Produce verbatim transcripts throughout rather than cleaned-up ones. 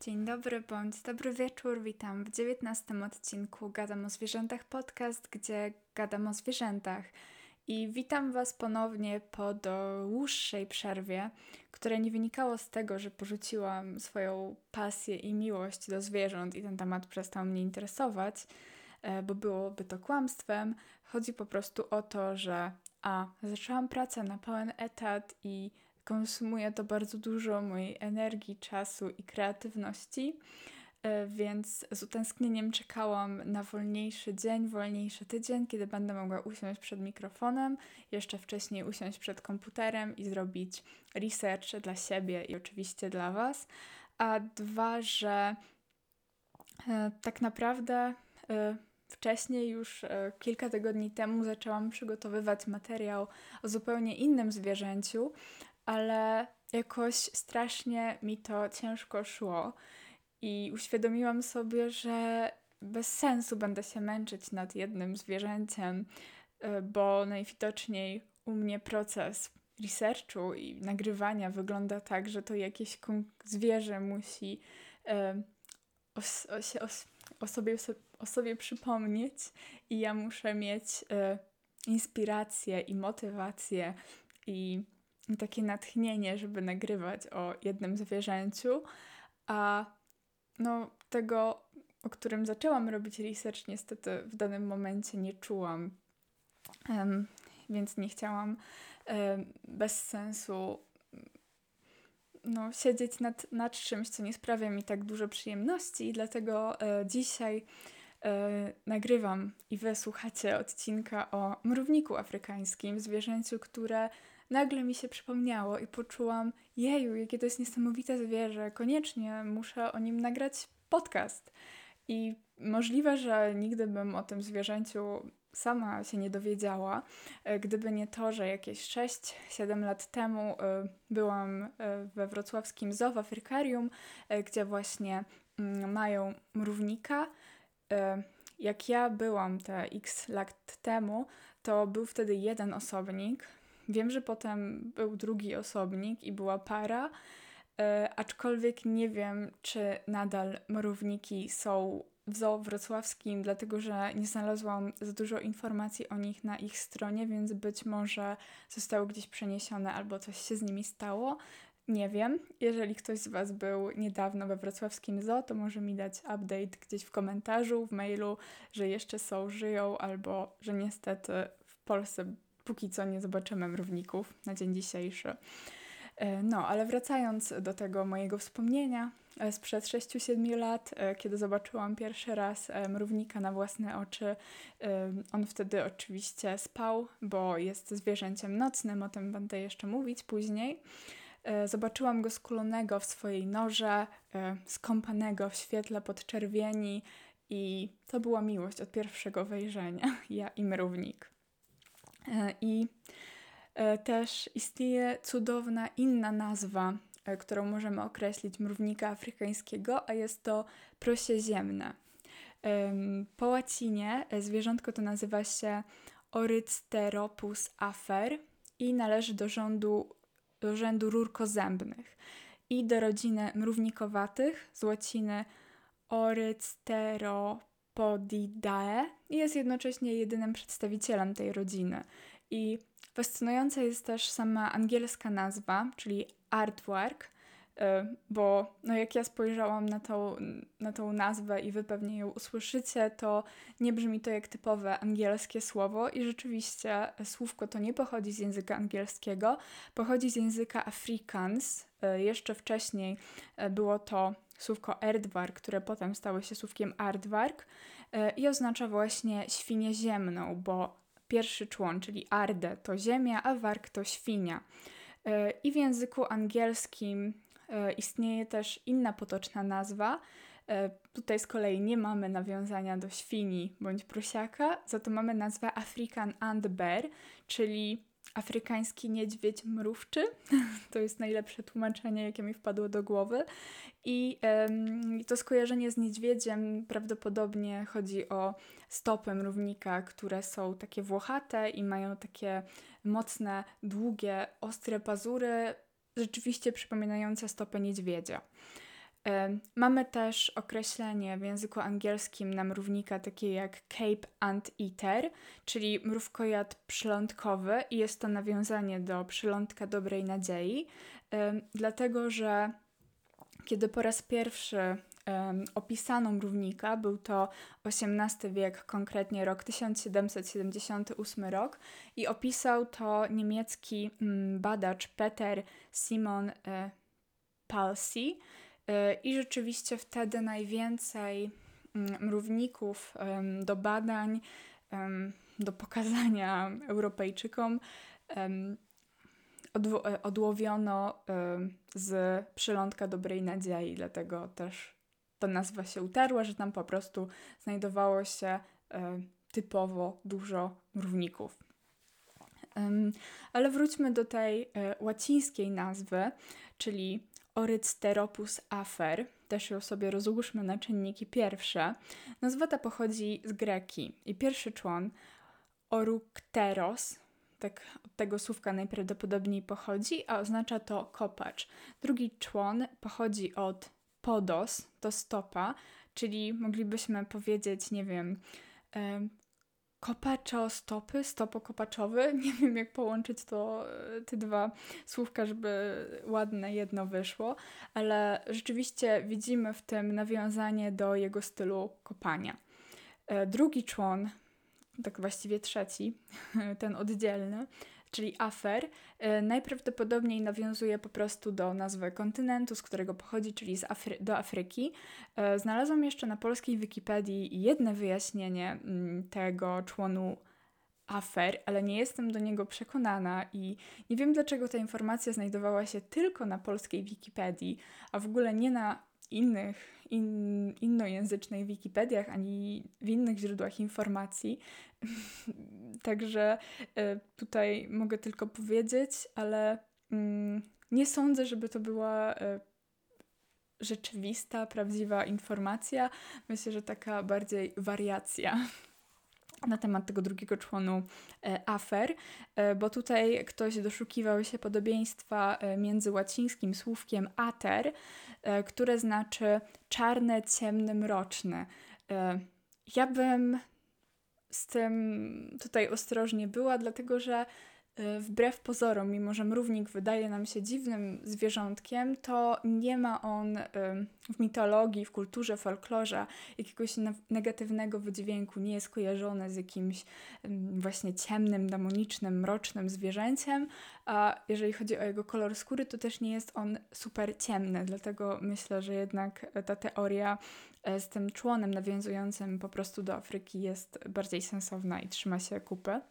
Dzień dobry bądź dobry wieczór, witam w dziewiętnastym odcinku Gadam o Zwierzętach podcast, gdzie gadam o zwierzętach. I witam Was ponownie po dłuższej przerwie, które nie wynikało z tego, że porzuciłam swoją pasję i miłość do zwierząt i ten temat przestał mnie interesować, bo byłoby to kłamstwem. Chodzi po prostu o to, że a, zaczęłam pracę na pełen etat i konsumuje to bardzo dużo mojej energii, czasu i kreatywności, więc z utęsknieniem czekałam na wolniejszy dzień, wolniejszy tydzień, kiedy będę mogła usiąść przed mikrofonem, jeszcze wcześniej usiąść przed komputerem i zrobić research dla siebie i oczywiście dla Was. A dwa, że e, tak naprawdę e, wcześniej, już e, kilka tygodni temu zaczęłam przygotowywać materiał o zupełnie innym zwierzęciu, ale jakoś strasznie mi to ciężko szło i uświadomiłam sobie, że bez sensu będę się męczyć nad jednym zwierzęciem, bo najwidoczniej u mnie proces researchu i nagrywania wygląda tak, że to jakieś zwierzę musi o, o, się, o, o, sobie, o sobie przypomnieć i ja muszę mieć inspirację i motywację i takie natchnienie, żeby nagrywać o jednym zwierzęciu, a no tego, o którym zaczęłam robić research, niestety w danym momencie nie czułam, um, więc nie chciałam um, bez sensu no, siedzieć nad, nad czymś, co nie sprawia mi tak dużo przyjemności i dlatego e, dzisiaj e, nagrywam i wy słuchacie odcinka o mrówniku afrykańskim, zwierzęciu, które nagle mi się przypomniało i poczułam, jeju, jakie to jest niesamowite zwierzę, koniecznie muszę o nim nagrać podcast. I możliwe, że nigdy bym o tym zwierzęciu sama się nie dowiedziała, gdyby nie to, że jakieś sześć siedem lat temu byłam we wrocławskim Zoo w Afrykarium, gdzie właśnie mają mrównika. Jak ja byłam te x lat temu, to był wtedy jeden osobnik. Wiem, że potem był drugi osobnik i była para, e, aczkolwiek nie wiem, czy nadal mrówniki są w zoo wrocławskim, dlatego że nie znalazłam za dużo informacji o nich na ich stronie, więc być może zostały gdzieś przeniesione albo coś się z nimi stało. Nie wiem. Jeżeli ktoś z Was był niedawno we wrocławskim zoo, to może mi dać update gdzieś w komentarzu, w mailu, że jeszcze są, żyją, albo że niestety w Polsce póki co nie zobaczymy mrówników na dzień dzisiejszy. No, ale wracając do tego mojego wspomnienia sprzed sześć siedem lat, kiedy zobaczyłam pierwszy raz mrównika na własne oczy, on wtedy oczywiście spał, bo jest zwierzęciem nocnym, o tym będę jeszcze mówić później. Zobaczyłam go skulonego w swojej norze, skąpanego w świetle podczerwieni i to była miłość od pierwszego wejrzenia, ja i mrównik. I też istnieje cudowna inna nazwa, którą możemy określić mrównika afrykańskiego, a jest to prosie ziemne. Po łacinie zwierzątko to nazywa się Orycteropus afer i należy do rządu, do rzędu rurkozębnych i do rodziny mrównikowatych z łaciny Orycteropodidae i jest jednocześnie jedynym przedstawicielem tej rodziny. I fascynująca jest też sama angielska nazwa, czyli aardvark, bo no jak ja spojrzałam na tą, na tą nazwę i wy pewnie ją usłyszycie, to nie brzmi to jak typowe angielskie słowo i rzeczywiście słówko to nie pochodzi z języka angielskiego, pochodzi z języka Afrikaans. Jeszcze wcześniej było to słówko erdvar, które potem stało się słówkiem aardvark i oznacza właśnie świnię ziemną, bo pierwszy człon, czyli arde, to ziemia, a wark to świnia. I w języku angielskim istnieje też inna potoczna nazwa. Tutaj z kolei nie mamy nawiązania do świni bądź prosiaka, za to mamy nazwę African ant bear, czyli afrykański niedźwiedź mrówczy. To jest najlepsze tłumaczenie, jakie mi wpadło do głowy. I um, to skojarzenie z niedźwiedziem prawdopodobnie chodzi o stopy mrównika, które są takie włochate i mają takie mocne, długie, ostre pazury, rzeczywiście przypominające stopę niedźwiedzia. Mamy też określenie w języku angielskim na mrównika takie jak Cape Anteater, czyli mrówkojad przylądkowy i jest to nawiązanie do przylądka dobrej nadziei, dlatego że kiedy po raz pierwszy um, opisano mrównika, był to osiemnasty wiek, konkretnie rok tysiąc siedemset siedemdziesiąty ósmy rok i opisał to niemiecki um, badacz Peter Simon y, Palsy. I rzeczywiście wtedy najwięcej mrówników do badań, do pokazania Europejczykom odłowiono z przylądka dobrej nadziei, dlatego też ta nazwa się utarła, że tam po prostu znajdowało się typowo dużo mrówników. Ale wróćmy do tej łacińskiej nazwy, czyli Orycteropus afer, też ją sobie rozłóżmy na czynniki pierwsze. Nazwa ta pochodzi z greki i pierwszy człon, orukteros, tak od tego słówka najprawdopodobniej pochodzi, a oznacza to kopacz. Drugi człon pochodzi od podos, to stopa, czyli moglibyśmy powiedzieć, nie wiem, e, kopaczo-stopy, stopokopaczowy. Nie wiem, jak połączyć to, te dwa słówka, żeby ładne jedno wyszło, ale rzeczywiście widzimy w tym nawiązanie do jego stylu kopania. Drugi człon, tak właściwie trzeci, ten oddzielny, czyli afer, najprawdopodobniej nawiązuje po prostu do nazwy kontynentu, z którego pochodzi, czyli z Afry- do Afryki. Znalazłam jeszcze na polskiej Wikipedii jedno wyjaśnienie tego członu afer, ale nie jestem do niego przekonana i nie wiem, dlaczego ta informacja znajdowała się tylko na polskiej Wikipedii, a w ogóle nie na innych, in, innojęzycznych Wikipediach, ani w innych źródłach informacji. Także y, tutaj mogę tylko powiedzieć, ale y, nie sądzę, żeby to była y, rzeczywista, prawdziwa informacja. Myślę, że taka bardziej wariacja na temat tego drugiego członu e, afer, e, bo tutaj ktoś doszukiwał się podobieństwa e, między łacińskim słówkiem ater, e, które znaczy czarne, ciemny, mroczny. E, ja bym z tym tutaj ostrożnie była, dlatego że wbrew pozorom, mimo że mrównik wydaje nam się dziwnym zwierzątkiem, to nie ma on w mitologii, w kulturze, folklorze jakiegoś negatywnego wydźwięku, nie jest kojarzony z jakimś właśnie ciemnym, demonicznym, mrocznym zwierzęciem, a jeżeli chodzi o jego kolor skóry, to też nie jest on super ciemny, dlatego myślę, że jednak ta teoria z tym członem nawiązującym po prostu do Afryki jest bardziej sensowna i trzyma się kupy.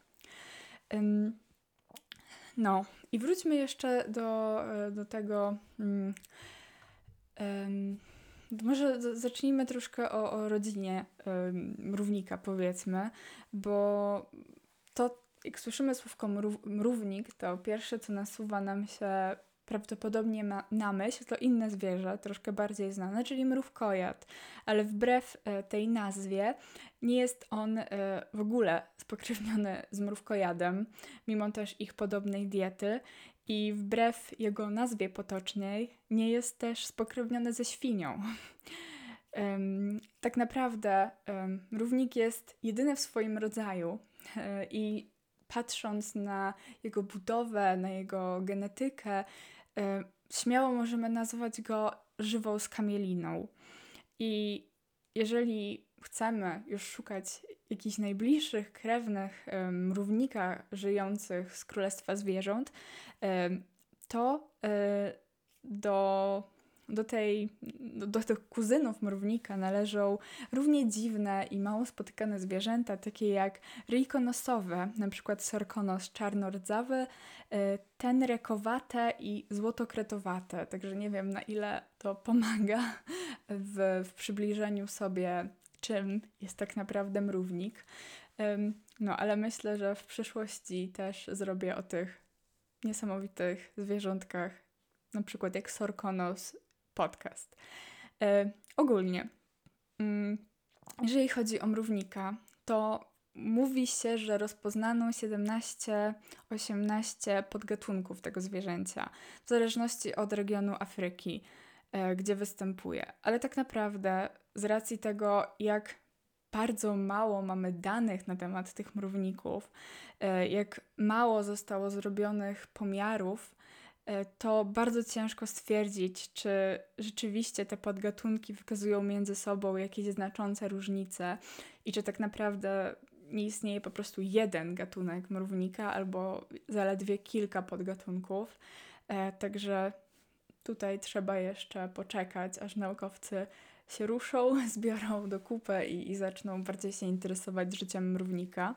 No i wróćmy jeszcze do, do tego, um, um, może z, zacznijmy troszkę o, o rodzinie um, mrównika, powiedzmy, bo to, jak słyszymy słówko mrów, mrównik, to pierwsze, co nasuwa nam się prawdopodobnie ma, na myśl, to inne zwierzę, troszkę bardziej znane, czyli mrówkojad, ale wbrew e, tej nazwie nie jest on e, w ogóle spokrewniony z mrówkojadem, mimo też ich podobnej diety i wbrew jego nazwie potocznej nie jest też spokrewniony ze świnią. Um, tak naprawdę um, mrównik jest jedyny w swoim rodzaju e, i patrząc na jego budowę, na jego genetykę, e, śmiało możemy nazwać go żywą skamieliną. I jeżeli chcemy już szukać jakichś najbliższych krewnych e, mrównika żyjących z Królestwa Zwierząt, e, to e, do, do, tej, do, do tych kuzynów mrównika należą równie dziwne i mało spotykane zwierzęta, takie jak ryjkonosowe, na przykład sorkonos czarnordzawy, e, tenrekowate i złotokretowate. Także nie wiem, na ile to pomaga w, w przybliżeniu sobie, czym jest tak naprawdę mrównik. No, ale myślę, że w przyszłości też zrobię o tych niesamowitych zwierzątkach, na przykład jak sorkonos, podcast. E, ogólnie, mm, jeżeli chodzi o mrównika, to mówi się, że rozpoznano siedemnaście osiemnaście podgatunków tego zwierzęcia, w zależności od regionu Afryki. e, gdzie występuje. Ale tak naprawdę z racji tego, jak bardzo mało mamy danych na temat tych mrówników, e, jak mało zostało zrobionych pomiarów, e, to bardzo ciężko stwierdzić, czy rzeczywiście te podgatunki wykazują między sobą jakieś znaczące różnice i czy tak naprawdę nie istnieje po prostu jeden gatunek mrównika albo zaledwie kilka podgatunków. E, także tutaj trzeba jeszcze poczekać, aż naukowcy się ruszą, zbiorą do kupy i, i zaczną bardziej się interesować życiem mrównika.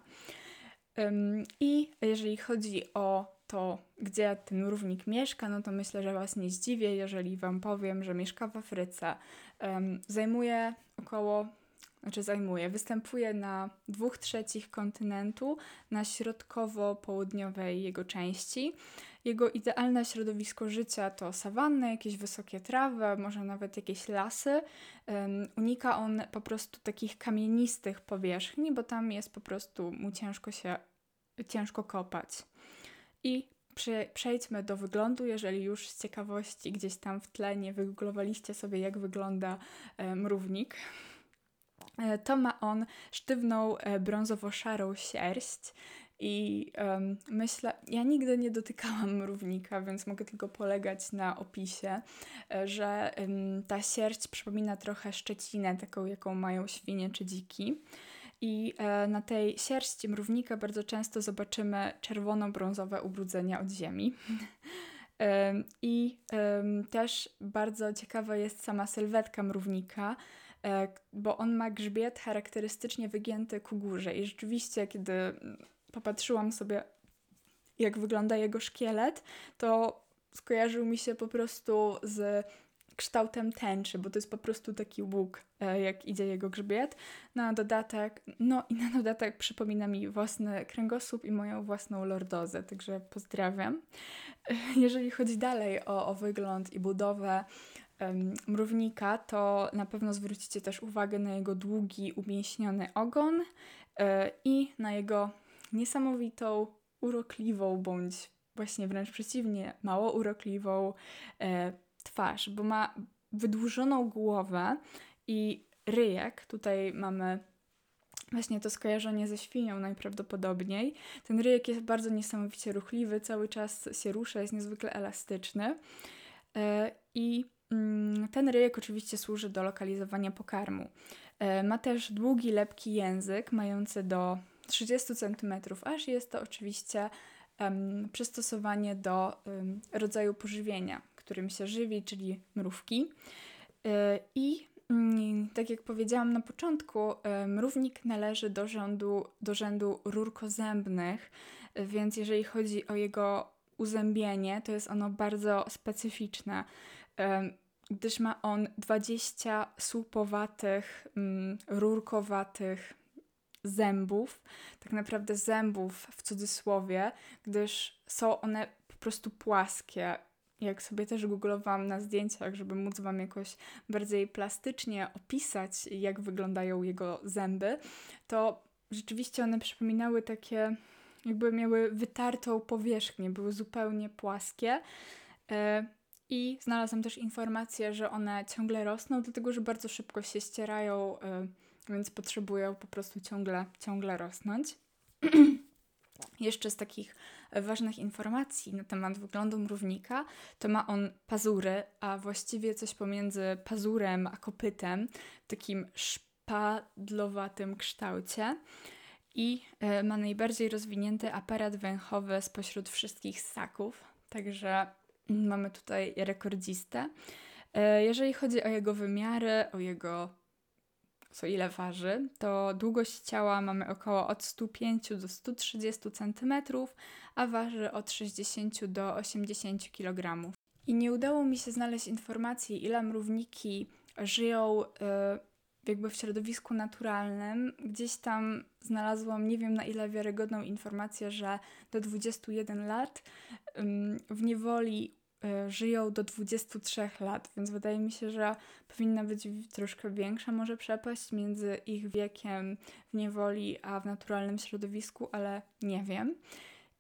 Ym, I jeżeli chodzi o to, gdzie ten mrównik mieszka, no to myślę, że Was nie zdziwię, jeżeli Wam powiem, że mieszka w Afryce. Ym, zajmuje około, znaczy zajmuje, występuje na dwóch trzecich kontynentu, na środkowo-południowej jego części. Jego idealne środowisko życia to sawanny, jakieś wysokie trawy, może nawet jakieś lasy. Um, unika on po prostu takich kamienistych powierzchni, bo tam jest po prostu mu ciężko się, ciężko kopać. I prze, przejdźmy do wyglądu, jeżeli już z ciekawości gdzieś tam w tle nie wygooglowaliście sobie, jak wygląda e, mrównik. E, to ma on sztywną, e, brązowo-szarą sierść. I um, myślę, ja nigdy nie dotykałam mrównika, więc mogę tylko polegać na opisie, że um, ta sierść przypomina trochę szczecinę, taką jaką mają świnie czy dziki. I e, na tej sierści mrównika bardzo często zobaczymy czerwono-brązowe ubrudzenia od ziemi. e, I e, też bardzo ciekawa jest sama sylwetka mrównika, e, bo on ma grzbiet charakterystycznie wygięty ku górze. I rzeczywiście, kiedy popatrzyłam sobie, jak wygląda jego szkielet, to skojarzył mi się po prostu z kształtem tęczy, bo to jest po prostu taki łuk, jak idzie jego grzbiet. Na dodatek, no i na dodatek przypomina mi własny kręgosłup i moją własną lordozę, także pozdrawiam. Jeżeli chodzi dalej o, o wygląd i budowę um, mrównika, to na pewno zwrócicie też uwagę na jego długi, umięśniony ogon yy, i na jego niesamowitą, urokliwą, bądź właśnie wręcz przeciwnie, mało urokliwą e, twarz, bo ma wydłużoną głowę i ryjek. Tutaj mamy właśnie to skojarzenie ze świnią najprawdopodobniej. Ten ryjek jest bardzo niesamowicie ruchliwy, cały czas się rusza, jest niezwykle elastyczny. E, I mm, ten ryjek oczywiście służy do lokalizowania pokarmu. E, ma też długi, lepki język, mający do trzydzieści centymetrów, aż jest to oczywiście um, przystosowanie do um, rodzaju pożywienia, którym się żywi, czyli mrówki. Yy, I yy, tak jak powiedziałam na początku, yy, mrównik należy do rzędu, do rzędu rurkozębnych, yy, więc jeżeli chodzi o jego uzębienie, to jest ono bardzo specyficzne, yy, gdyż ma on dwadzieścia słupowatych, yy, rurkowatych zębów, tak naprawdę zębów w cudzysłowie, gdyż są one po prostu płaskie. Jak sobie też googlowałam na zdjęciach, żeby móc Wam jakoś bardziej plastycznie opisać, jak wyglądają jego zęby, to rzeczywiście one przypominały takie, jakby miały wytartą powierzchnię, były zupełnie płaskie. I znalazłam też informację, że one ciągle rosną, dlatego że bardzo szybko się ścierają, więc potrzebują po prostu ciągle, ciągle rosnąć. Jeszcze z takich ważnych informacji na temat wyglądu mrównika, to ma on pazury, a właściwie coś pomiędzy pazurem a kopytem, w takim szpadlowatym kształcie i y, ma najbardziej rozwinięty aparat węchowy spośród wszystkich ssaków, także mamy tutaj rekordzistę. Y, jeżeli chodzi o jego wymiary, o jego co ile waży, to długość ciała mamy około od sto pięć do stu trzydziestu centymetrów, a waży od sześćdziesiąt do osiemdziesięciu kilogramów. I nie udało mi się znaleźć informacji, ile mrówniki żyją y, jakby w środowisku naturalnym. Gdzieś tam znalazłam, nie wiem na ile wiarygodną informację, że do dwudziestu jeden lat, y, w niewoli żyją do dwudziestu trzech lat, więc wydaje mi się, że powinna być troszkę większa może przepaść między ich wiekiem w niewoli a w naturalnym środowisku, ale nie wiem.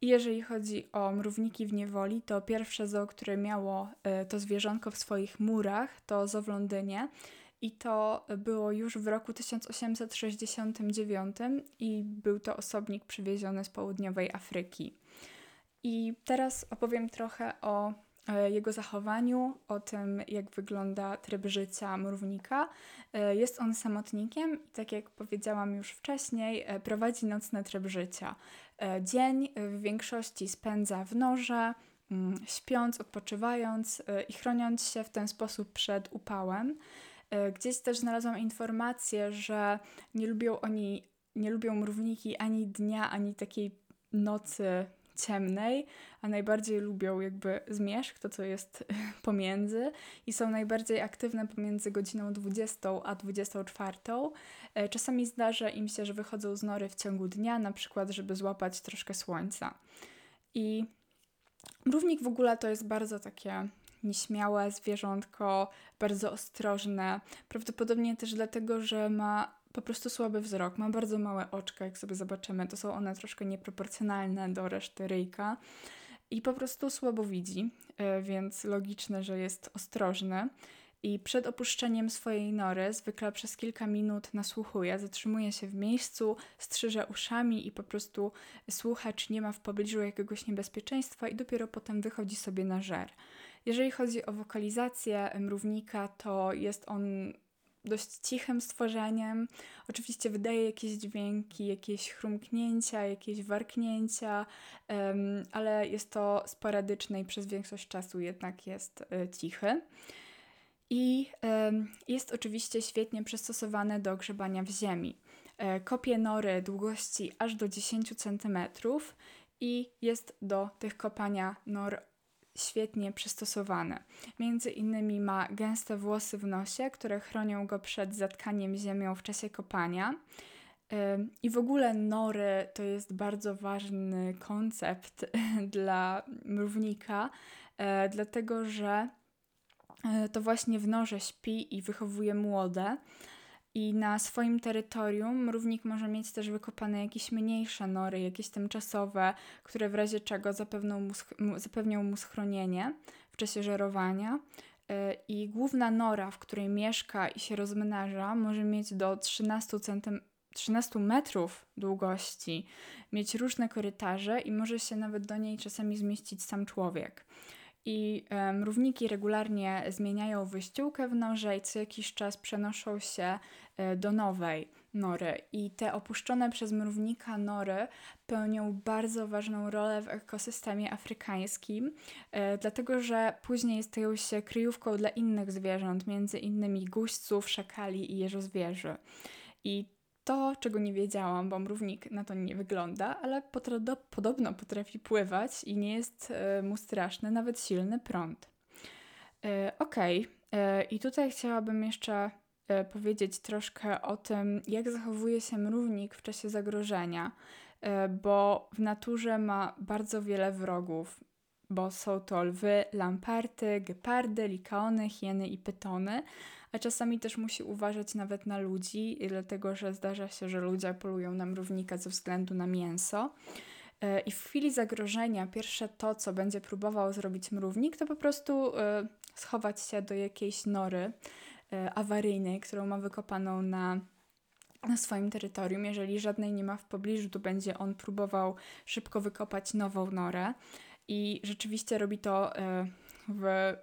I jeżeli chodzi o mrówniki w niewoli, to pierwsze zoo, które miało to zwierzątko w swoich murach, to zoo w Londynie. I to było już w roku tysiąc osiemset sześćdziesiątym dziewiątym i był to osobnik przywieziony z południowej Afryki. I teraz opowiem trochę o jego zachowaniu, o tym, jak wygląda tryb życia mrównika. Jest on samotnikiem i tak jak powiedziałam już wcześniej, prowadzi nocny tryb życia. Dzień w większości spędza w norze, śpiąc, odpoczywając i chroniąc się w ten sposób przed upałem. Gdzieś też znalazłam informację, że nie lubią oni, nie lubią mrówniki ani dnia, ani takiej nocy ciemnej, a najbardziej lubią jakby zmierzch, to co jest pomiędzy i są najbardziej aktywne pomiędzy godziną dwudziestą a dwudziestą czwartą. Czasami zdarza im się, że wychodzą z nory w ciągu dnia, na przykład żeby złapać troszkę słońca. I mrównik w ogóle to jest bardzo takie nieśmiałe zwierzątko, bardzo ostrożne. Prawdopodobnie też dlatego, że ma po prostu słaby wzrok. Ma bardzo małe oczka, jak sobie zobaczymy. To są one troszkę nieproporcjonalne do reszty ryjka. I po prostu słabo widzi, więc logiczne, że jest ostrożny. I przed opuszczeniem swojej nory zwykle przez kilka minut nasłuchuje, zatrzymuje się w miejscu, strzyże uszami i po prostu słucha, czy nie ma w pobliżu jakiegoś niebezpieczeństwa i dopiero potem wychodzi sobie na żer. Jeżeli chodzi o wokalizację mrównika, to jest on dość cichym stworzeniem. Oczywiście wydaje jakieś dźwięki, jakieś chrumknięcia, jakieś warknięcia, um, ale jest to sporadyczne i przez większość czasu jednak jest y, cichy. I um, jest oczywiście świetnie przystosowany do grzebania w ziemi. E, kopie nory długości aż do dziesięć centymetrów i jest do tych kopania nor świetnie przystosowane. Między innymi ma gęste włosy w nosie, które chronią go przed zatkaniem ziemią w czasie kopania. I w ogóle nory to jest bardzo ważny koncept dla mrównika, dlatego że to właśnie w norze śpi i wychowuje młode. I na swoim terytorium mrównik może mieć też wykopane jakieś mniejsze nory, jakieś tymczasowe, które w razie czego zapewnią mu, sch- zapewnią mu schronienie w czasie żerowania. Yy, I główna nora, w której mieszka i się rozmnaża, może mieć do trzynastu centymetrów, trzynastu metrów długości, mieć różne korytarze i może się nawet do niej czasami zmieścić sam człowiek. I e, mrówniki regularnie zmieniają wyściółkę w norze i co jakiś czas przenoszą się e, do nowej nory. I te opuszczone przez mrównika nory pełnią bardzo ważną rolę w ekosystemie afrykańskim, e, dlatego że później stają się kryjówką dla innych zwierząt, między innymi guźców, szakali i jeżozwierzy. I to, czego nie wiedziałam, bo mrównik na to nie wygląda, ale potro- podobno potrafi pływać i nie jest e, mu straszny, nawet silny prąd. E, Okej, okay. I tutaj chciałabym jeszcze e, powiedzieć troszkę o tym, jak zachowuje się mrównik w czasie zagrożenia, e, bo w naturze ma bardzo wiele wrogów, bo są to lwy, lamparty, gepardy, likaony, hieny i pytony, a czasami też musi uważać nawet na ludzi, dlatego że zdarza się, że ludzie polują na mrównika ze względu na mięso. I w chwili zagrożenia pierwsze to, co będzie próbował zrobić mrównik, to po prostu schować się do jakiejś nory awaryjnej, którą ma wykopaną na, na swoim terytorium. Jeżeli żadnej nie ma w pobliżu, to będzie on próbował szybko wykopać nową norę. I rzeczywiście robi to w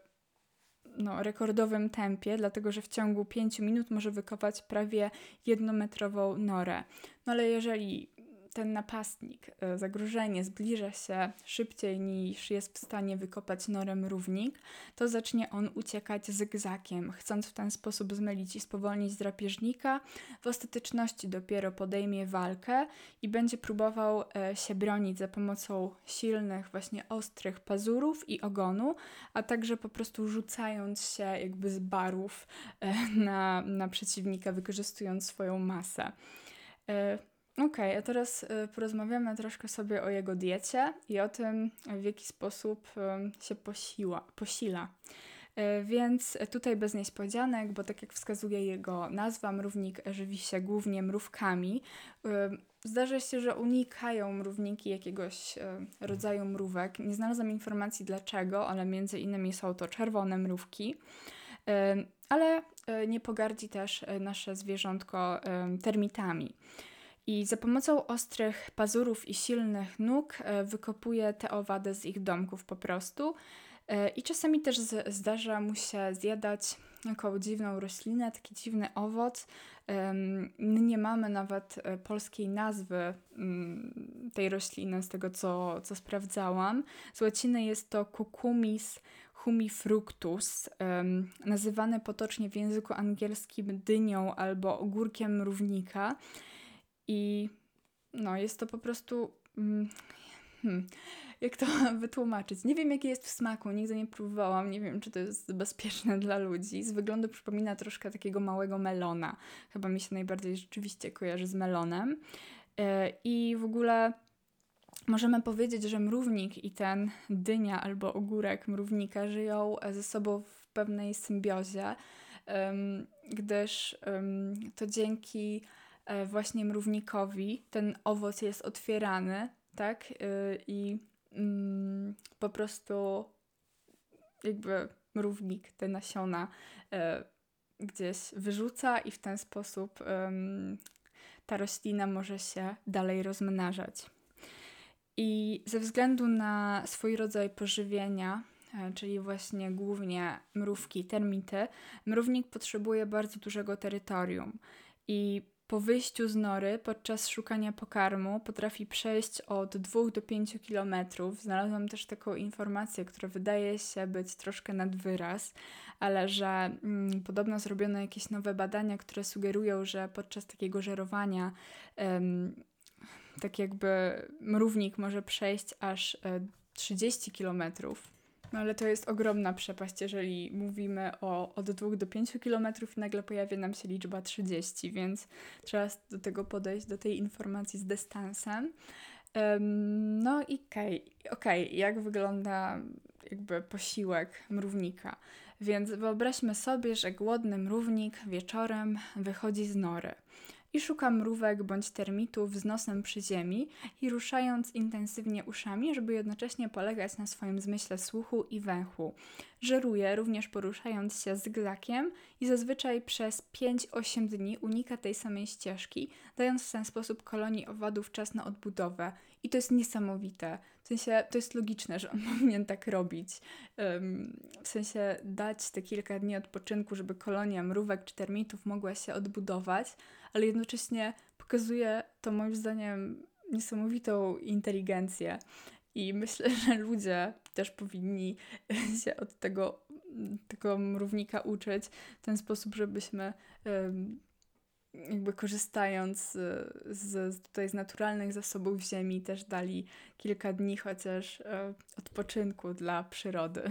no, rekordowym tempie, dlatego że w ciągu pięciu minut może wykopać prawie jednometrową norę. No ale jeżeli ten napastnik, zagrożenie zbliża się szybciej niż jest w stanie wykopać norę mrównik, to zacznie on uciekać zygzakiem, chcąc w ten sposób zmylić i spowolnić drapieżnika. W ostateczności dopiero podejmie walkę i będzie próbował się bronić za pomocą silnych, właśnie ostrych pazurów i ogonu, a także po prostu rzucając się jakby z barów na, na przeciwnika, wykorzystując swoją masę. Okej, okay, a teraz y, porozmawiamy troszkę sobie o jego diecie i o tym, w jaki sposób y, się posiła, posila. E, Więc tutaj bez niespodzianek, bo tak jak wskazuje jego nazwa, mrównik żywi się głównie mrówkami. E, Zdarza się, że unikają mrówniki jakiegoś e, rodzaju mrówek. Nie znalazłam informacji dlaczego, ale między innymi są to czerwone mrówki. E, Ale e, nie pogardzi też e, nasze zwierzątko e, termitami. I za pomocą ostrych pazurów i silnych nóg e, wykopuje te owady z ich domków po prostu. E, I czasami też z, zdarza mu się zjadać jaką dziwną roślinę, taki dziwny owoc. Em, Nie mamy nawet e, polskiej nazwy mm, tej rośliny, z tego co, co sprawdzałam. Z łaciny jest to Cucumis humifructus, em, nazywany potocznie w języku angielskim dynią albo ogórkiem mrównika. I no, jest to po prostu. Mm, hmm, jak to wytłumaczyć? Nie wiem, jakie jest w smaku, nigdy nie próbowałam, nie wiem, czy to jest bezpieczne dla ludzi. Z wyglądu przypomina troszkę takiego małego melona. Chyba mi się najbardziej rzeczywiście kojarzy z melonem. E, I w ogóle możemy powiedzieć, że mrównik i ten dynia albo ogórek mrównika żyją ze sobą w pewnej symbiozie, em, gdyż em, to dzięki e, właśnie mrównikowi ten owoc jest otwierany, tak? Y, I mm, po prostu jakby mrównik te nasiona e, gdzieś wyrzuca i w ten sposób em, ta roślina może się dalej rozmnażać. I ze względu na swój rodzaj pożywienia, e, czyli właśnie głównie mrówki, termity, mrównik potrzebuje bardzo dużego terytorium i po wyjściu z nory podczas szukania pokarmu potrafi przejść od dwóch do pięciu kilometrów. Znalazłam też taką informację, która wydaje się być troszkę nad wyraz, ale że mm, podobno zrobiono jakieś nowe badania, które sugerują, że podczas takiego żerowania em, tak jakby mrównik może przejść aż e, trzydzieści kilometrów. No ale to jest ogromna przepaść, jeżeli mówimy o od dwóch do pięciu kilometrów i nagle pojawia nam się liczba trzydzieści, więc trzeba do tego podejść, do tej informacji z dystansem. Um, no i okej, okay, okay, jak wygląda jakby posiłek mrównika? Więc wyobraźmy sobie, że głodny mrównik wieczorem wychodzi z nory i szuka mrówek bądź termitów z nosem przy ziemi i ruszając intensywnie uszami, żeby jednocześnie polegać na swoim zmyśle słuchu i węchu. Żeruje, również poruszając się zygzakiem i zazwyczaj przez pięć osiem dni unika tej samej ścieżki, dając w ten sposób kolonii owadów czas na odbudowę. I to jest niesamowite. W sensie to jest logiczne, że on powinien tak robić. Um, w sensie dać te kilka dni odpoczynku, żeby kolonia mrówek czy termitów mogła się odbudować, ale jednocześnie pokazuje to moim zdaniem niesamowitą inteligencję. I myślę, że ludzie też powinni się od tego, tego mrównika uczyć w ten sposób, żebyśmy um, jakby korzystając z, z, tutaj z naturalnych zasobów ziemi też dali kilka dni chociaż e, odpoczynku dla przyrody.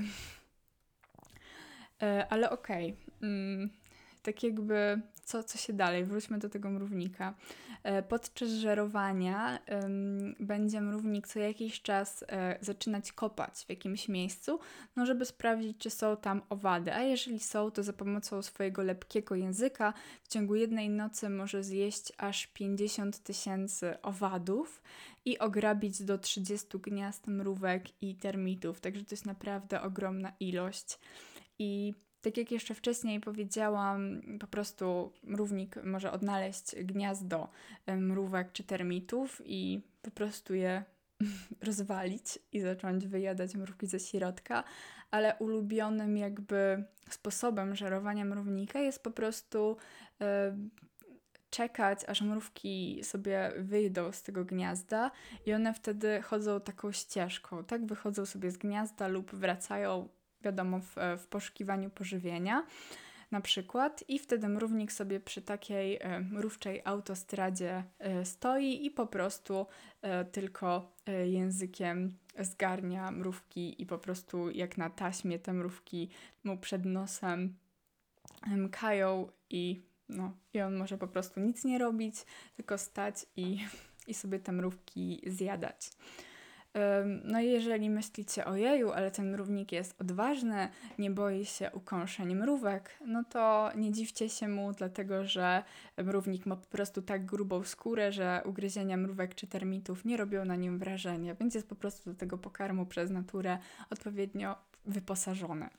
e, ale okej, okay. mm, tak jakby co, co się dalej? Wróćmy do tego mrównika. E, podczas żerowania ym, będzie mrównik co jakiś czas e, zaczynać kopać w jakimś miejscu, no żeby sprawdzić, czy są tam owady, a jeżeli są, to za pomocą swojego lepkiego języka w ciągu jednej nocy może zjeść aż pięćdziesiąt tysięcy owadów i ograbić do trzydziestu gniazd mrówek i termitów, także to jest naprawdę ogromna ilość. I tak jak jeszcze wcześniej powiedziałam, po prostu mrównik może odnaleźć gniazdo mrówek czy termitów i po prostu je rozwalić i zacząć wyjadać mrówki ze środka, ale ulubionym jakby sposobem żerowania mrównika jest po prostu e, czekać, aż mrówki sobie wyjdą z tego gniazda i one wtedy chodzą taką ścieżką, tak? Wychodzą sobie z gniazda lub wracają, wiadomo, w, w poszukiwaniu pożywienia na przykład i wtedy mrównik sobie przy takiej e, mrówczej autostradzie e, stoi i po prostu e, tylko e, językiem zgarnia mrówki i po prostu jak na taśmie te mrówki mu przed nosem e, mkają i, no, i on może po prostu nic nie robić, tylko stać i, i sobie te mrówki zjadać. No i jeżeli myślicie, ojeju, ale ten mrównik jest odważny, nie boi się ukąszeń mrówek, no to nie dziwcie się mu, dlatego że mrównik ma po prostu tak grubą skórę, że ugryzienia mrówek czy termitów nie robią na nim wrażenia, więc jest po prostu do tego pokarmu przez naturę odpowiednio wyposażony.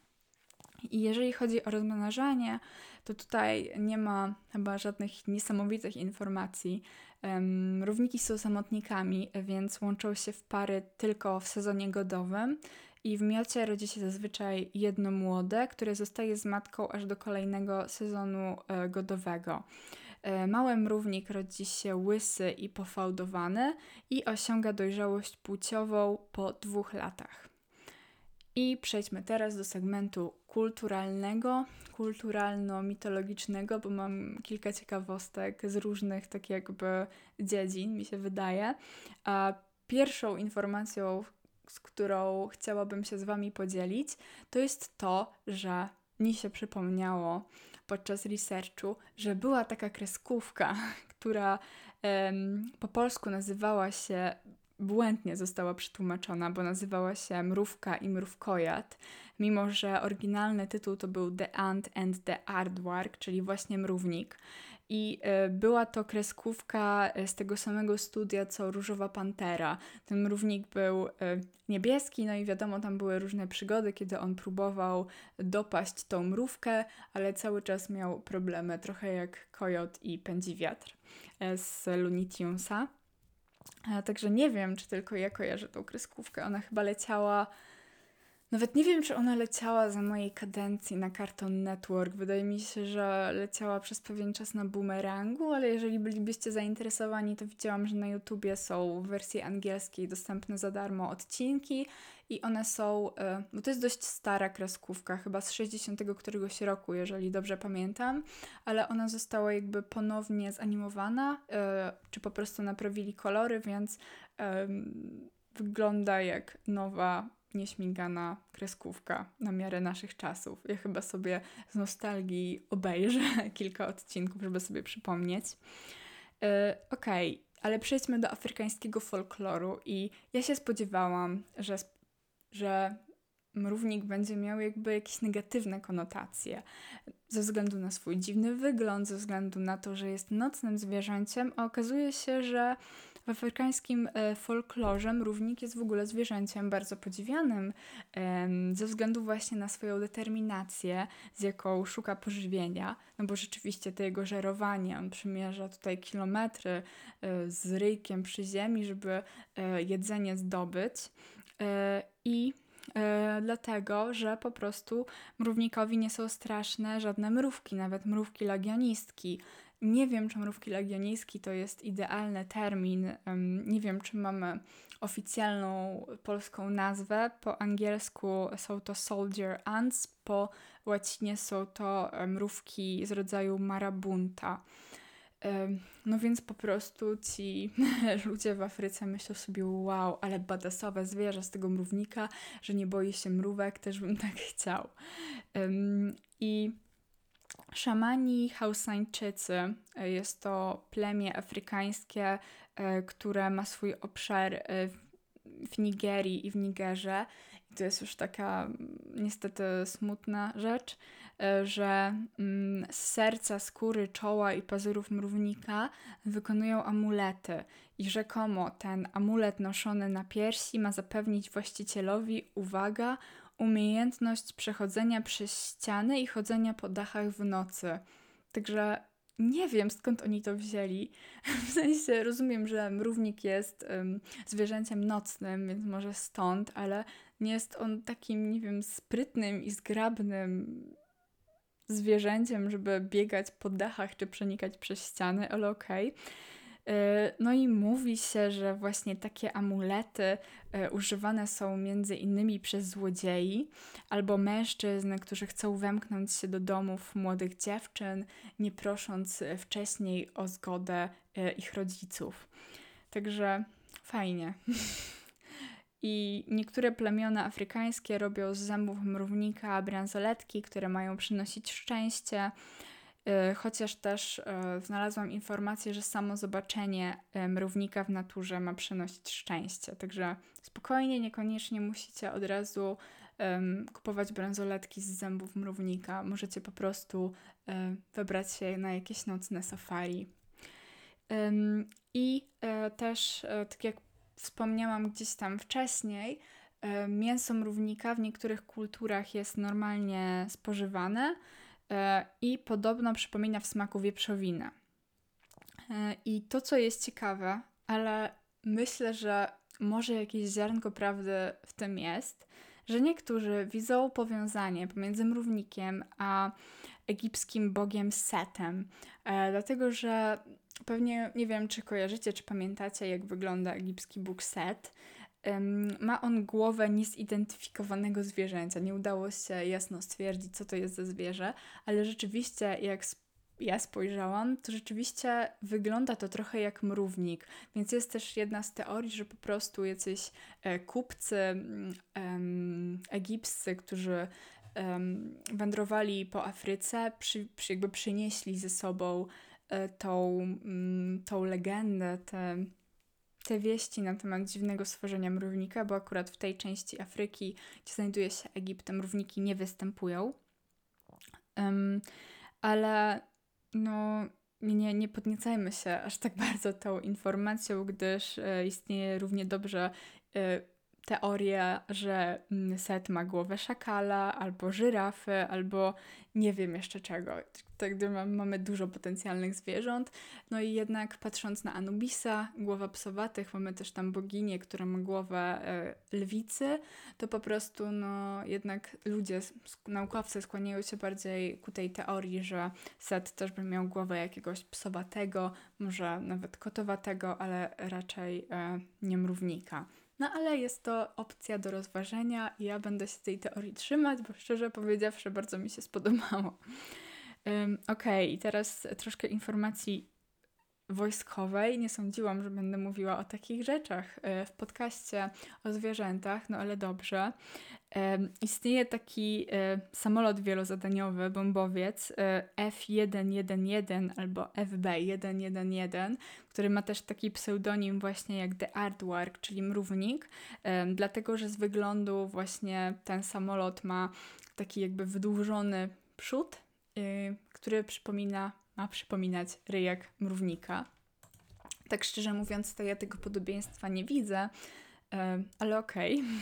I jeżeli chodzi o rozmnażanie, to tutaj nie ma chyba żadnych niesamowitych informacji. Um, Mrówniki są samotnikami, więc łączą się w pary tylko w sezonie godowym i w miocie rodzi się zazwyczaj jedno młode, które zostaje z matką aż do kolejnego sezonu e, godowego. E, mały mrównik rodzi się łysy i pofałdowany i osiąga dojrzałość płciową po dwóch latach. I przejdźmy teraz do segmentu kulturalnego, kulturalno-mitologicznego, bo mam kilka ciekawostek z różnych tak jakby dziedzin, mi się wydaje. A pierwszą informacją, z którą chciałabym się z Wami podzielić, to jest to, że mi się przypomniało podczas researchu, że była taka kreskówka, która em, po polsku nazywała się błędnie została przetłumaczona, bo nazywała się Mrówka i Mrówkojad, mimo że oryginalny tytuł to był The Ant and the Aardvark, czyli właśnie Mrównik. I y, była to kreskówka z tego samego studia co Różowa Pantera. Ten mrównik był y, niebieski, no i wiadomo, tam były różne przygody, kiedy on próbował dopaść tą mrówkę, ale cały czas miał problemy, trochę jak Kojot i Pędzi Wiatr y, z Looney Tunesa. A, także nie wiem, czy tylko ja kojarzę tą kreskówkę. Ona chyba leciała... Nawet nie wiem, czy ona leciała za mojej kadencji na Cartoon Network. Wydaje mi się, że leciała przez pewien czas na Boomerangu, ale jeżeli bylibyście zainteresowani, to widziałam, że na YouTubie są w wersji angielskiej dostępne za darmo odcinki i one są... Bo to jest dość stara kreskówka, chyba z sześćdziesiątego któregoś roku, jeżeli dobrze pamiętam, ale ona została jakby ponownie zanimowana, czy po prostu naprawili kolory, więc wygląda jak nowa nieśmigana kreskówka na miarę naszych czasów. Ja chyba sobie z nostalgii obejrzę kilka odcinków, żeby sobie przypomnieć. Yy, Okej, okay, ale przejdźmy do afrykańskiego folkloru i ja się spodziewałam, że, że mrównik będzie miał jakby jakieś negatywne konotacje ze względu na swój dziwny wygląd, ze względu na to, że jest nocnym zwierzęciem, a okazuje się, że w afrykańskim e, folklorze mrównik jest w ogóle zwierzęciem bardzo podziwianym e, ze względu właśnie na swoją determinację, z jaką szuka pożywienia, no bo rzeczywiście to jego żerowanie, on przymierza tutaj kilometry e, z ryjkiem przy ziemi, żeby e, jedzenie zdobyć e, i e, dlatego, że po prostu mrównikowi nie są straszne żadne mrówki, nawet mrówki legionistki. Nie wiem, czy mrówki legionistki to jest idealny termin. Um, nie wiem, czy mamy oficjalną polską nazwę. Po angielsku są to soldier ants, po łacinie są to mrówki z rodzaju marabunta. Um, no więc po prostu ci ludzie w Afryce myślą sobie, wow, ale badasowe zwierzę z tego mrównika, że nie boi się mrówek, też bym tak chciał. Um, I szamani Hausańczycy, jest to plemię afrykańskie, które ma swój obszar w Nigerii i w Nigerze. I to jest już taka niestety smutna rzecz, że z serca, skóry, czoła i pazurów mrównika wykonują amulety. I rzekomo ten amulet noszony na piersi ma zapewnić właścicielowi, uwaga, umiejętność przechodzenia przez ściany i chodzenia po dachach w nocy. Także nie wiem, skąd oni to wzięli. W sensie rozumiem, że mrównik jest um, zwierzęciem nocnym, więc może stąd, ale nie jest on takim, nie wiem, sprytnym i zgrabnym zwierzęciem, żeby biegać po dachach czy przenikać przez ściany, ale okej. Okay. No i mówi się, że właśnie takie amulety używane są między innymi przez złodziei albo mężczyzn, którzy chcą wemknąć się do domów młodych dziewczyn, nie prosząc wcześniej o zgodę ich rodziców. Także fajnie. I niektóre plemiona afrykańskie robią z zębów mrównika bransoletki, które mają przynosić szczęście. E, Chociaż też e, znalazłam informację, że samo zobaczenie e, mrównika w naturze ma przynosić szczęście. Także spokojnie, niekoniecznie musicie od razu em, kupować bransoletki z zębów mrównika. Możecie po prostu e, wybrać się na jakieś nocne safari. Em, I e, też, e, tak jak wspomniałam gdzieś tam wcześniej, e, mięso mrównika w niektórych kulturach jest normalnie spożywane e, i podobno przypomina w smaku wieprzowinę. E, I to, co jest ciekawe, ale myślę, że może jakieś ziarnko prawdy w tym jest, że niektórzy widzą powiązanie pomiędzy mrównikiem a egipskim bogiem Setem. E, dlatego, że pewnie nie wiem, czy kojarzycie, czy pamiętacie, jak wygląda egipski bóg Set. Em, ma on głowę niezidentyfikowanego zwierzęcia. Nie udało się jasno stwierdzić, co to jest za zwierzę, ale rzeczywiście, jak sp- ja spojrzałam, to rzeczywiście wygląda to trochę jak mrównik. Więc jest też jedna z teorii, że po prostu jacyś e, kupcy mm, em, egipscy, którzy em, wędrowali po Afryce, przy, przy, jakby przynieśli ze sobą e, tą, mm, tą legendę, te, te wieści na temat dziwnego stworzenia mrównika, bo akurat w tej części Afryki, gdzie znajduje się Egipt, mrówniki nie występują. Em, ale no nie, nie podniecajmy się aż tak bardzo tą informacją, gdyż e, istnieje równie dobrze e, teoria, że mm, Set ma głowę szakala, albo żyrafy, albo nie wiem jeszcze czego. Tak gdy ma- mamy dużo potencjalnych zwierząt. No i jednak patrząc na Anubisa, głowa psowatych, mamy też tam boginię, która ma głowę e, lwicy, to po prostu no jednak ludzie, s- naukowcy skłaniają się bardziej ku tej teorii, że Set też by miał głowę jakiegoś psowatego, może nawet kotowatego, ale raczej e, nie mrównika. No ale jest to opcja do rozważenia i ja będę się tej teorii trzymać, bo szczerze powiedziawszy bardzo mi się spodobało. Um, Okej, okay, i teraz troszkę informacji wojskowej. Nie sądziłam, że będę mówiła o takich rzeczach e, w podcaście o zwierzętach, no ale dobrze. E, istnieje taki e, samolot wielozadaniowy, bombowiec e, F jeden jeden jeden albo F B jeden jeden jeden, który ma też taki pseudonim właśnie jak The Aardvark, czyli mrównik, e, dlatego że z wyglądu właśnie ten samolot ma taki jakby wydłużony przód, e, który przypomina, ma przypominać ryjek mrównika. Tak szczerze mówiąc, to ja tego podobieństwa nie widzę, e, ale okej. Okay.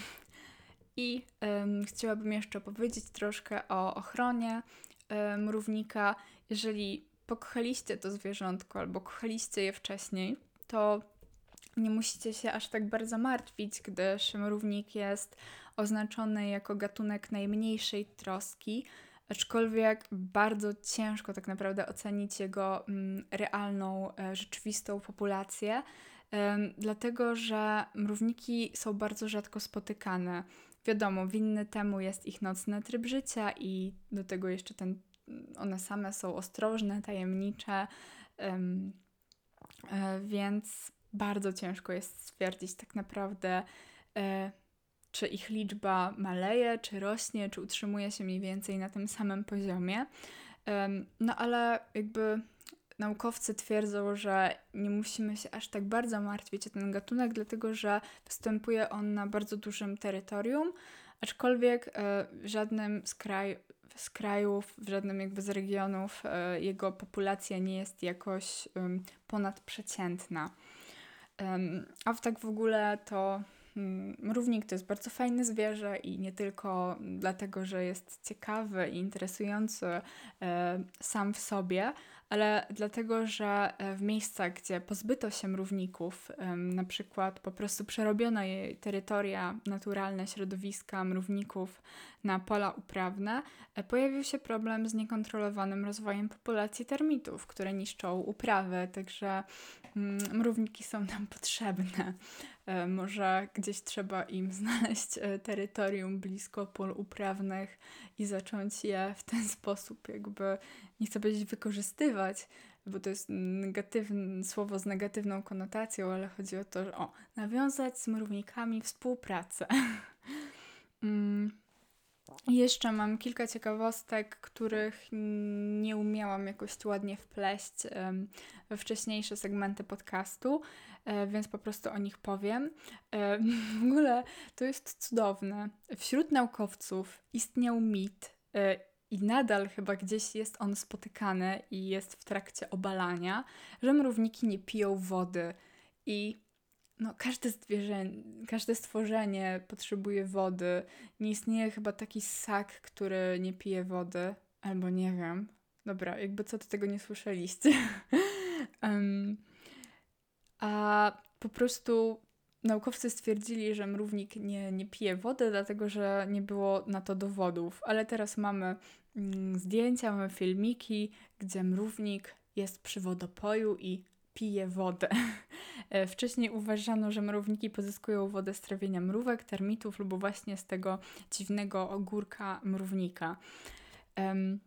I um, chciałabym jeszcze powiedzieć troszkę o ochronie um, mrównika. Jeżeli pokochaliście to zwierzątko albo kochaliście je wcześniej, to nie musicie się aż tak bardzo martwić, gdyż mrównik jest oznaczony jako gatunek najmniejszej troski, aczkolwiek bardzo ciężko tak naprawdę ocenić jego mm, realną, e, rzeczywistą populację, em, dlatego że mrówniki są bardzo rzadko spotykane. Wiadomo, winny temu jest ich nocny tryb życia i do tego jeszcze ten, one same są ostrożne, tajemnicze, em, e, więc bardzo ciężko jest stwierdzić tak naprawdę, e, czy ich liczba maleje, czy rośnie, czy utrzymuje się mniej więcej na tym samym poziomie. Em, no ale jakby naukowcy twierdzą, że nie musimy się aż tak bardzo martwić o ten gatunek, dlatego że występuje on na bardzo dużym terytorium, aczkolwiek e, w żadnym z, kraj, z krajów, w żadnym jakby z regionów e, jego populacja nie jest jakoś um, ponadprzeciętna. Um, a w tak w ogóle to um, mrównik to jest bardzo fajne zwierzę i nie tylko dlatego, że jest ciekawy i interesujący e, sam w sobie, ale dlatego, że e, w miejscach, gdzie pozbyto się mrówników, em, na przykład po prostu przerobiono jej terytoria naturalne, środowiska mrówników na pola uprawne, e, pojawił się problem z niekontrolowanym rozwojem populacji termitów, które niszczą uprawy, także mm, mrówniki są nam potrzebne. E, może gdzieś trzeba im znaleźć e, terytorium blisko pól uprawnych i zacząć je w ten sposób jakby, nie chcę powiedzieć wykorzystywać, bo to jest negatywne, słowo z negatywną konotacją, ale chodzi o to, że o, nawiązać z mrównikami współpracę. mm. Jeszcze mam kilka ciekawostek, których nie umiałam jakoś ładnie wpleść we wcześniejsze segmenty podcastu, więc po prostu o nich powiem. W ogóle to jest cudowne. Wśród naukowców istniał mit i nadal chyba gdzieś jest on spotykany i jest w trakcie obalania, że mrówniki nie piją wody i no, każde zwierzę, każde stworzenie potrzebuje wody. Nie istnieje chyba taki ssak, który nie pije wody. Albo nie wiem. Dobra, jakby co, to tego nie słyszeliście. um, a po prostu naukowcy stwierdzili, że mrównik nie, nie pije wody, dlatego że nie było na to dowodów. Ale teraz mamy mm, zdjęcia, mamy filmiki, gdzie mrównik jest przy wodopoju i pije wodę. Wcześniej uważano, że mrowniki pozyskują wodę z trawienia mrówek, termitów lub właśnie z tego dziwnego ogórka mrównika. Um,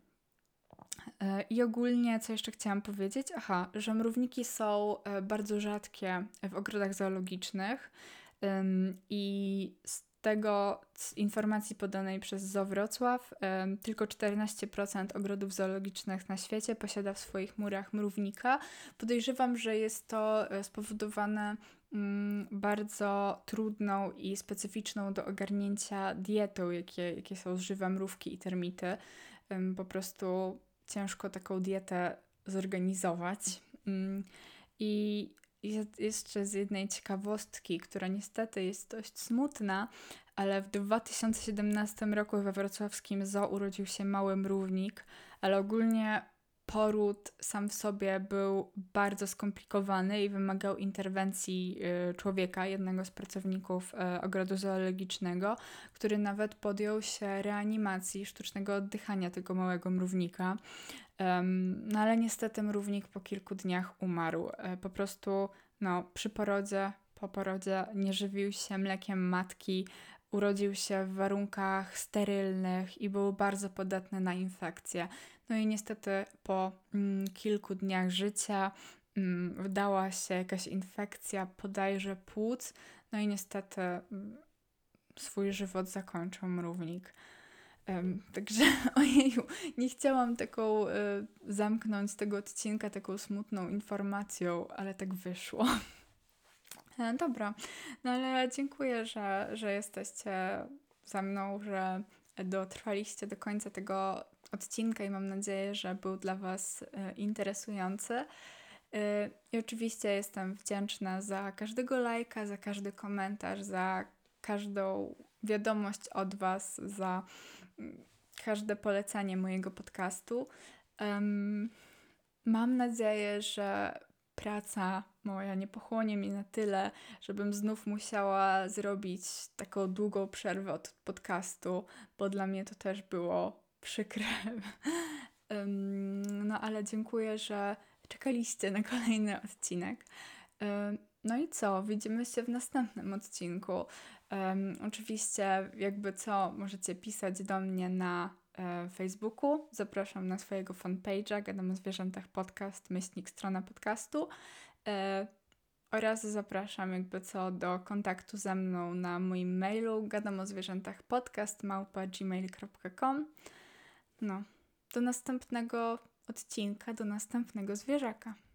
I ogólnie, co jeszcze chciałam powiedzieć? Aha, że mrówniki są bardzo rzadkie w ogrodach zoologicznych um, i z tego z informacji podanej przez Zoo Wrocław um, tylko czternaście procent ogrodów zoologicznych na świecie posiada w swoich murach mrównika. Podejrzewam, że jest to spowodowane um, bardzo trudną i specyficzną do ogarnięcia dietą, jakie, jakie są żywe mrówki i termity. Um, po prostu ciężko taką dietę zorganizować. Um, I jeszcze z jednej ciekawostki, która niestety jest dość smutna, ale w dwa tysiące siedemnastym roku we wrocławskim zoo urodził się mały mrównik, ale ogólnie poród sam w sobie był bardzo skomplikowany i wymagał interwencji y, człowieka, jednego z pracowników y, ogrodu zoologicznego, który nawet podjął się reanimacji, sztucznego oddychania tego małego mrównika. Um, no ale niestety mrównik po kilku dniach umarł. E, po prostu no, przy porodzie, po porodzie nie żywił się mlekiem matki, urodził się w warunkach sterylnych i był bardzo podatny na infekcje. No i niestety po mm, kilku dniach życia mm, wdała się jakaś infekcja bodajże płuc, no i niestety mm, swój żywot zakończył mrównik. Um, także ojeju, nie chciałam taką y, zamknąć tego odcinka taką smutną informacją, ale tak wyszło. E, dobra, no ale dziękuję, że, że jesteście ze mną, że dotrwaliście do końca tego odcinka i mam nadzieję, że był dla Was y, interesujący. Y, I oczywiście jestem wdzięczna za każdego lajka, za każdy komentarz, za każdą wiadomość od Was, za każde polecanie mojego podcastu. Um, mam nadzieję, że praca moja nie pochłonie mnie na tyle, żebym znów musiała zrobić taką długą przerwę od podcastu, bo dla mnie to też było przykre. um, no ale dziękuję, że czekaliście na kolejny odcinek. Um, no i co? Widzimy się w następnym odcinku. Um, oczywiście, jakby co, możecie pisać do mnie na e, Facebooku. Zapraszam na swojego fanpage'a Gadam o Zwierzętach Podcast, myślnik strona podcastu. E, oraz zapraszam jakby co do kontaktu ze mną na moim mailu gadam o zwierzętach podcast małpa gmail kropka com. No, do następnego odcinka, do następnego zwierzaka.